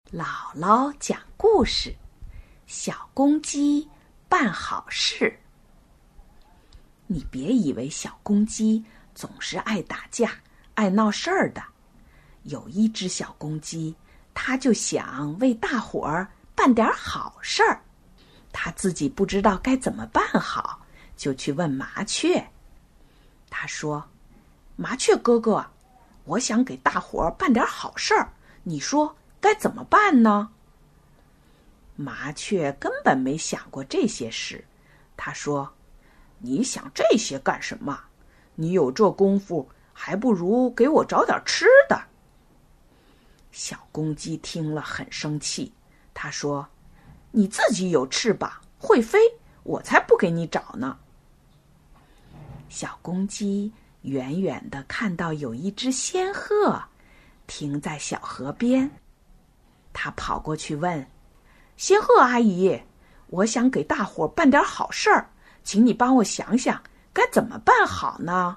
姥姥讲故事：小公鸡办好事。你别以为小公鸡总是爱打架、爱闹事儿的。有一只小公鸡，它就想为大伙儿办点好事儿。它自己不知道该怎么办好，就去问麻雀。他说：“麻雀哥哥，我想给大伙儿办点好事儿，你说该怎么办呢？”麻雀根本没想过这些事，他说：“你想这些干什么？你有这功夫，还不如给我找点吃的。”小公鸡听了很生气，他说：“你自己有翅膀，会飞，我才不给你找呢。”小公鸡远远地看到有一只仙鹤停在小河边，他跑过去问：“仙鹤阿姨，我想给大伙办点好事儿，请你帮我想想该怎么办好呢？”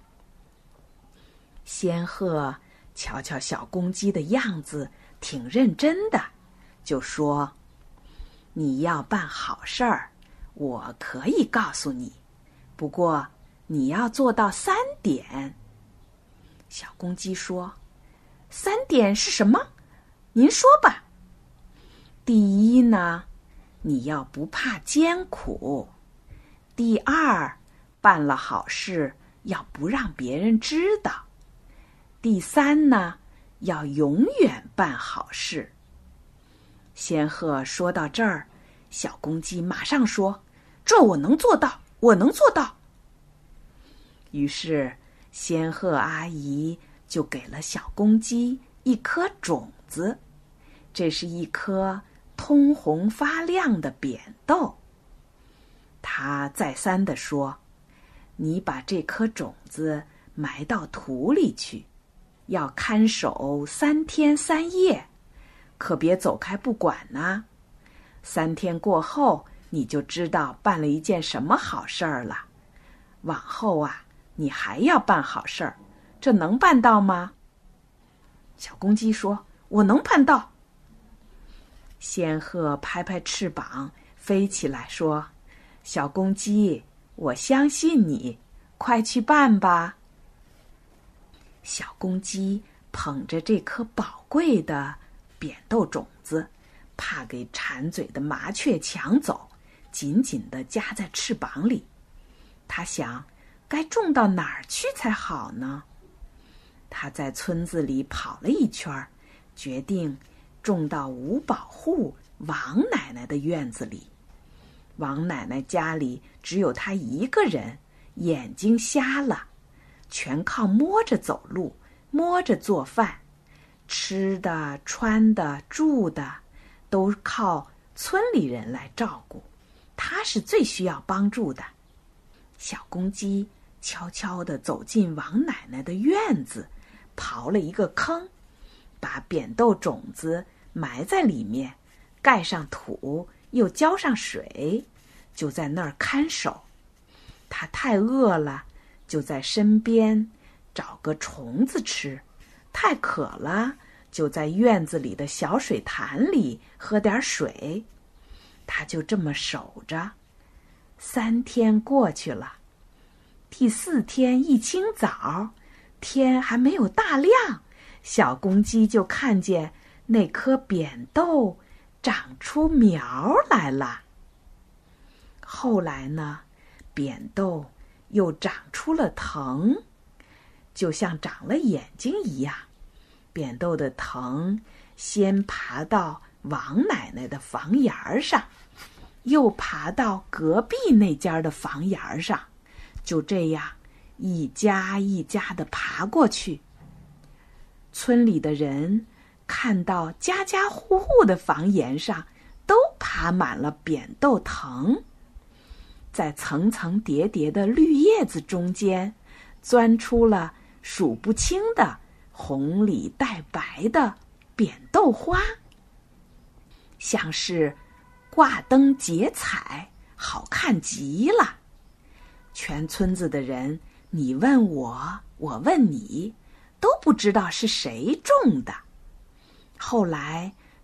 仙鹤瞧瞧小公鸡的样子挺认真的，就说：“你要办好事儿，我可以告诉你，不过你要做到3点。”小公鸡说：“3点是什么？您说吧。”第一呢，你要不怕艰苦；第二，办了好事要不让别人知道；第三呢，要永远办好事。仙鹤说到这儿，小公鸡马上说：“这我能做到，我能做到。”于是仙鹤阿姨就给了小公鸡一颗种子，这是一颗通红发亮的扁豆。她再三地说：“你把这颗种子埋到土里去，要看守3天3夜，可别走开不管呢。3天过后，你就知道办了一件什么好事儿了。往后啊，你还要办好事儿，这能办到吗？”小公鸡说：“我能办到。”仙鹤拍拍翅膀飞起来说：“小公鸡，我相信你，快去办吧。”小公鸡捧着这颗宝贵的扁豆种子，怕给馋嘴的麻雀抢走，紧紧地夹在翅膀里。他想，该种到哪儿去才好呢？他在村子里跑了一圈，决定种到五保户王奶奶的院子里。王奶奶家里只有她一个人，眼睛瞎了，全靠摸着走路，摸着做饭，吃的、穿的、住的都靠村里人来照顾，她是最需要帮助的。小公鸡悄悄地走进王奶奶的院子，刨了一个坑，把扁豆种子埋在里面，盖上土，又浇上水，就在那儿看守。他太饿了，就在身边找个虫子吃；太渴了，就在院子里的小水潭里喝点水。他就这么守着。3天过去了，第4天一清早，天还没有大亮，小公鸡就看见那颗扁豆长出苗来了。后来呢，扁豆又长出了藤，就像长了眼睛一样。扁豆的藤先爬到王奶奶的房檐上，又爬到隔壁那家的房檐上，就这样一家一家地爬过去。村里的人看到家家户户的房檐上都爬满了扁豆藤，在层层叠叠的绿叶子中间，钻出了数不清的红里带白的扁豆花，像是挂灯结彩，好看极了。全村子的人，你问我，我问你，都不知道是谁种的。后来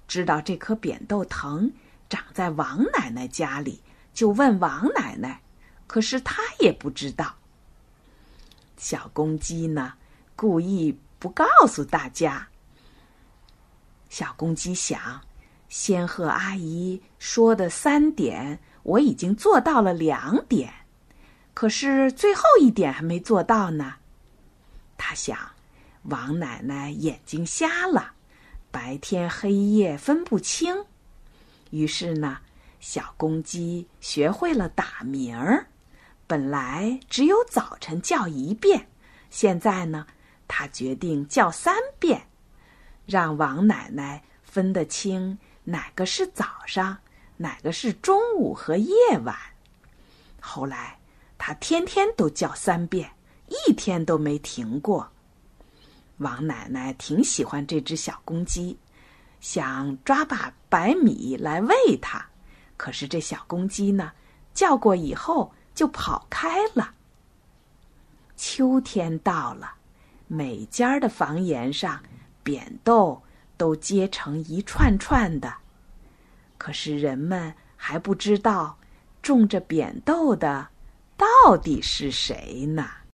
知道这颗扁豆藤长在王奶奶家里，就问王奶奶，可是她也不知道。小公鸡呢，故意不告诉大家。小公鸡想，仙鹤阿姨说的3点，我已经做到了2点，可是最后1点还没做到呢。他想，王奶奶眼睛瞎了，白天黑夜分不清。于是呢，小公鸡学会了打鸣儿。本来只有早晨叫1遍，现在呢，他决定叫3遍，让王奶奶分得清哪个是早上，哪个是中午和夜晚。后来他天天都叫3遍，1天都没停过。王奶奶挺喜欢这只小公鸡，想抓把白米来喂它，可是这小公鸡呢，叫过以后就跑开了。秋天到了，每家的房檐上扁豆都结成一串串的，可是人们还不知道种着扁豆的到底是谁呢？